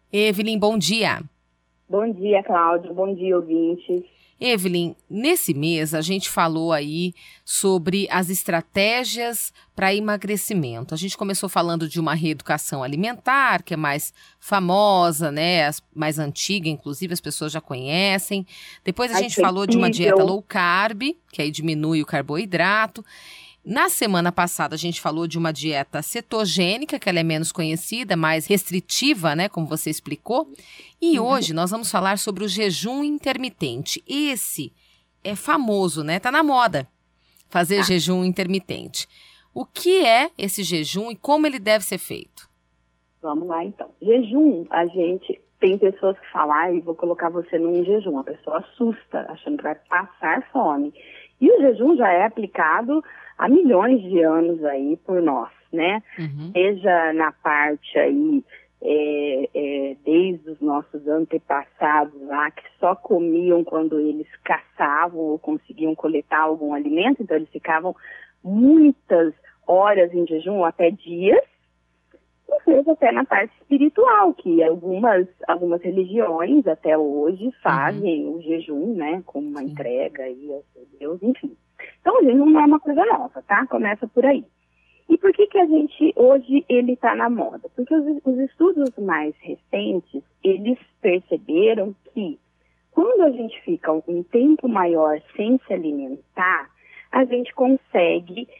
Evelyn, bom dia. Bom dia, Cláudio. Bom dia, ouvintes. Evelyn, nesse mês a gente falou aí sobre as estratégias para emagrecimento. A gente começou falando de uma reeducação alimentar, que é mais famosa, né? Mais antiga, inclusive as pessoas já conhecem. Depois a gente falou de uma dieta low carb, que aí diminui o carboidrato. Na semana passada a gente falou de uma dieta cetogênica, que ela é menos conhecida, mais restritiva, né, como você explicou. E hoje nós vamos falar sobre o jejum intermitente. Esse é famoso, né? Tá na moda fazer jejum intermitente. O que é esse jejum e como ele deve ser feito? Vamos lá, então. Jejum, a gente tem pessoas que falam, vou colocar você num jejum. A pessoa assusta, achando que vai passar fome. E o jejum já é aplicado há milhões de anos aí por nós, né? Seja na parte aí, desde os nossos antepassados lá, que só comiam quando eles caçavam ou conseguiam coletar algum alimento, então eles ficavam muitas horas em jejum, ou até dias, ou seja, até na parte espiritual, que algumas religiões até hoje fazem o jejum, né, como uma entrega aí ao seu Deus, enfim. Então, o jejum não é uma coisa nova, tá? Começa por aí. E por que a gente, hoje, ele está na moda? Porque os estudos mais recentes, eles perceberam que quando a gente fica um tempo maior sem se alimentar, a gente consegue,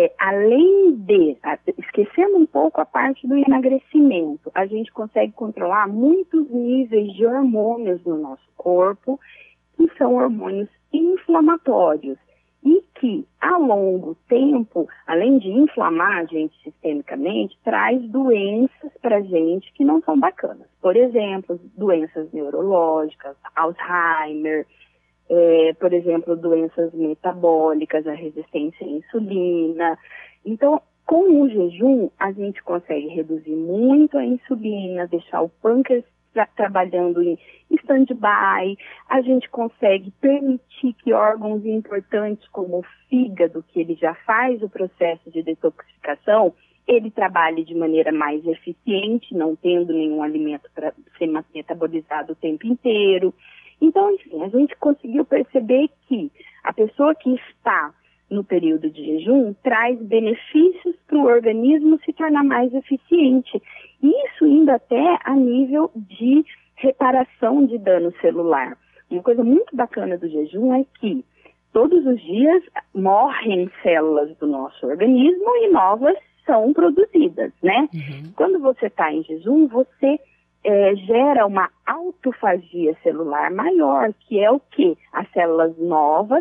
esquecendo um pouco a parte do emagrecimento, a gente consegue controlar muitos níveis de hormônios no nosso corpo, que são hormônios inflamatórios. E que, a longo tempo, além de inflamar a gente sistemicamente, traz doenças para a gente que não são bacanas. Por exemplo, doenças neurológicas, Alzheimer, por exemplo, doenças metabólicas, a resistência à insulina. Então, com o jejum, a gente consegue reduzir muito a insulina, deixar o pâncreas trabalhando em stand-by, a gente consegue permitir que órgãos importantes como o fígado, que ele já faz o processo de detoxificação, ele trabalhe de maneira mais eficiente, não tendo nenhum alimento para ser metabolizado o tempo inteiro. Então, enfim, a gente conseguiu perceber que a pessoa que está no período de jejum traz benefícios para o organismo se tornar mais eficiente. Isso indo até a nível de reparação de dano celular. Uma coisa muito bacana do jejum é que todos os dias morrem células do nosso organismo e novas são produzidas, né? Quando você está em jejum, você gera uma autofagia celular maior, que é o quê? As células novas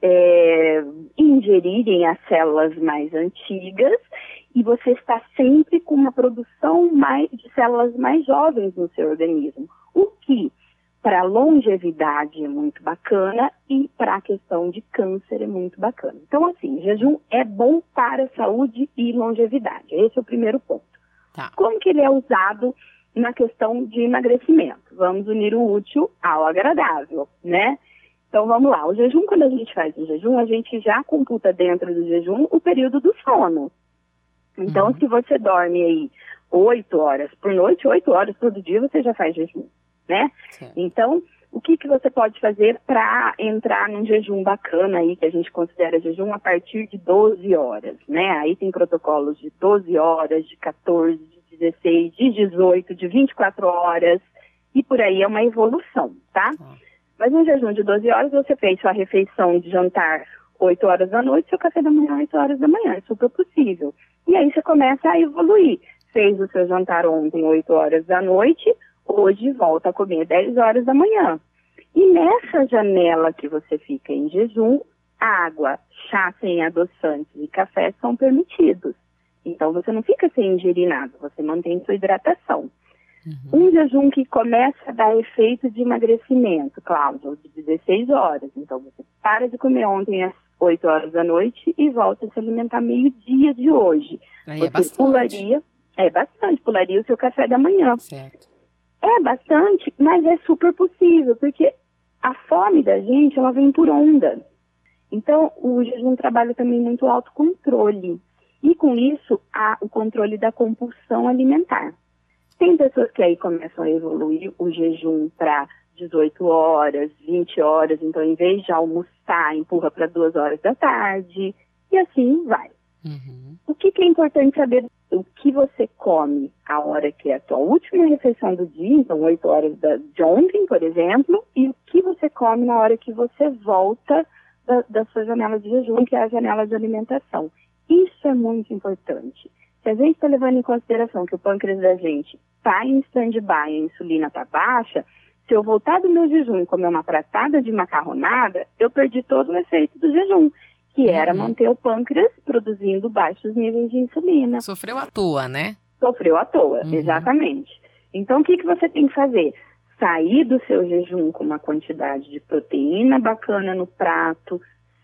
ingerirem as células mais antigas e você está sempre com uma produção de células mais jovens no seu organismo, o que para a longevidade é muito bacana e para a questão de câncer é muito bacana. Então, assim, jejum é bom para a saúde e longevidade. Esse é o primeiro ponto. Como que ele é usado na questão de emagrecimento? Vamos unir o útil ao agradável, né? Então, vamos lá. O jejum, quando a gente faz o jejum, a gente já computa dentro do jejum o período do sono. Então, se você dorme aí 8 horas por noite, 8 horas todo dia, você já faz jejum, né? Então, o que você pode fazer para entrar num jejum bacana aí, que a gente considera jejum a partir de 12 horas, né? Aí tem protocolos de 12 horas, de 14, de 16, de 18, de 24 horas, e por aí é uma evolução, tá? Mas no jejum de 12 horas, você fez sua refeição de jantar 8 horas da noite, seu café da manhã 8 horas da manhã, é super possível. E aí você começa a evoluir. Fez o seu jantar ontem 8 horas da noite, hoje volta a comer 10 horas da manhã. E nessa janela que você fica em jejum, água, chá sem adoçantes e café são permitidos. Então você não fica sem ingerir nada, você mantém sua hidratação. Um jejum que começa a dar efeito de emagrecimento, Cláudio, de 16 horas. Então, você para de comer ontem às 8 horas da noite e volta a se alimentar meio-dia de hoje. Aí você pularia o seu café da manhã. Certo. É bastante, mas é super possível, porque a fome da gente, ela vem por onda. Então, o jejum trabalha também muito o autocontrole. E com isso, há o controle da compulsão alimentar. Tem pessoas que aí começam a evoluir o jejum para 18 horas, 20 horas, então em vez de almoçar, empurra para 2 horas da tarde, e assim vai. O que é importante saber? O que você come a hora que é a tua última refeição do dia, então 8 horas de ontem, por exemplo, e o que você come na hora que você volta da sua janela de jejum, que é a janela de alimentação. Isso é muito importante. Se a gente está levando em consideração que o pâncreas da gente está em stand-by, a insulina está baixa, se eu voltar do meu jejum e comer uma pratada de macarronada, eu perdi todo o efeito do jejum, que era manter o pâncreas produzindo baixos níveis de insulina. Sofreu à toa, né? Sofreu à toa, exatamente. Então, o que você tem que fazer? Sair do seu jejum com uma quantidade de proteína bacana no prato,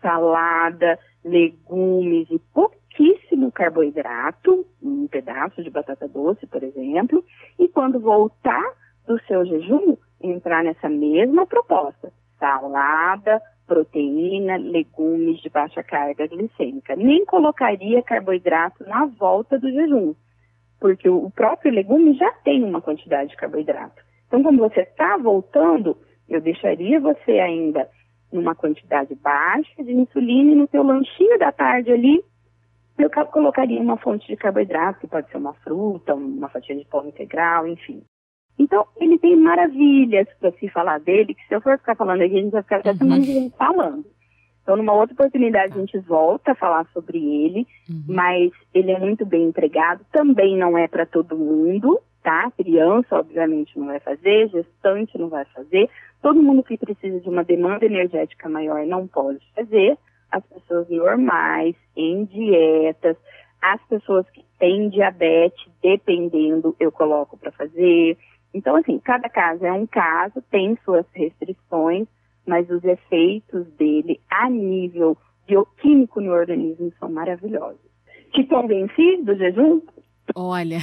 salada, legumes e pouquíssimo carboidrato, um pedaço de batata doce, por exemplo, e quando voltar do seu jejum, entrar nessa mesma proposta, salada, proteína, legumes de baixa carga glicêmica. Nem colocaria carboidrato na volta do jejum, porque o próprio legume já tem uma quantidade de carboidrato. Então, quando você está voltando, eu deixaria você ainda numa quantidade baixa de insulina e no teu lanchinho da tarde ali, eu colocaria uma fonte de carboidrato, que pode ser uma fruta, uma fatia de pão integral, enfim. Então, ele tem maravilhas para se falar dele, que se eu for ficar falando aqui, a gente vai ficar até semana que vem falando. Então, numa outra oportunidade, a gente volta a falar sobre ele, mas ele é muito bem empregado, também não é para todo mundo, tá? Criança, obviamente, não vai fazer, gestante não vai fazer, todo mundo que precisa de uma demanda energética maior não pode fazer, as pessoas normais, em dietas, as pessoas que têm diabetes, dependendo, eu coloco para fazer. Então, assim, cada caso é um caso, tem suas restrições, mas os efeitos dele a nível bioquímico no organismo são maravilhosos. Te convenci do jejum? Olha,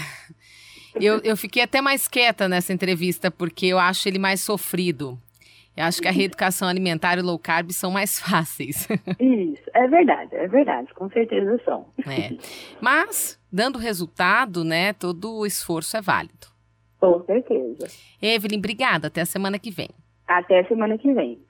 eu fiquei até mais quieta nessa entrevista, porque eu acho ele mais sofrido. Eu acho que a reeducação alimentar e low carb são mais fáceis. Isso, é verdade, com certeza são. Mas, dando resultado, né, todo o esforço é válido. Com certeza. Evelyn, obrigada. Até a semana que vem. Até a semana que vem.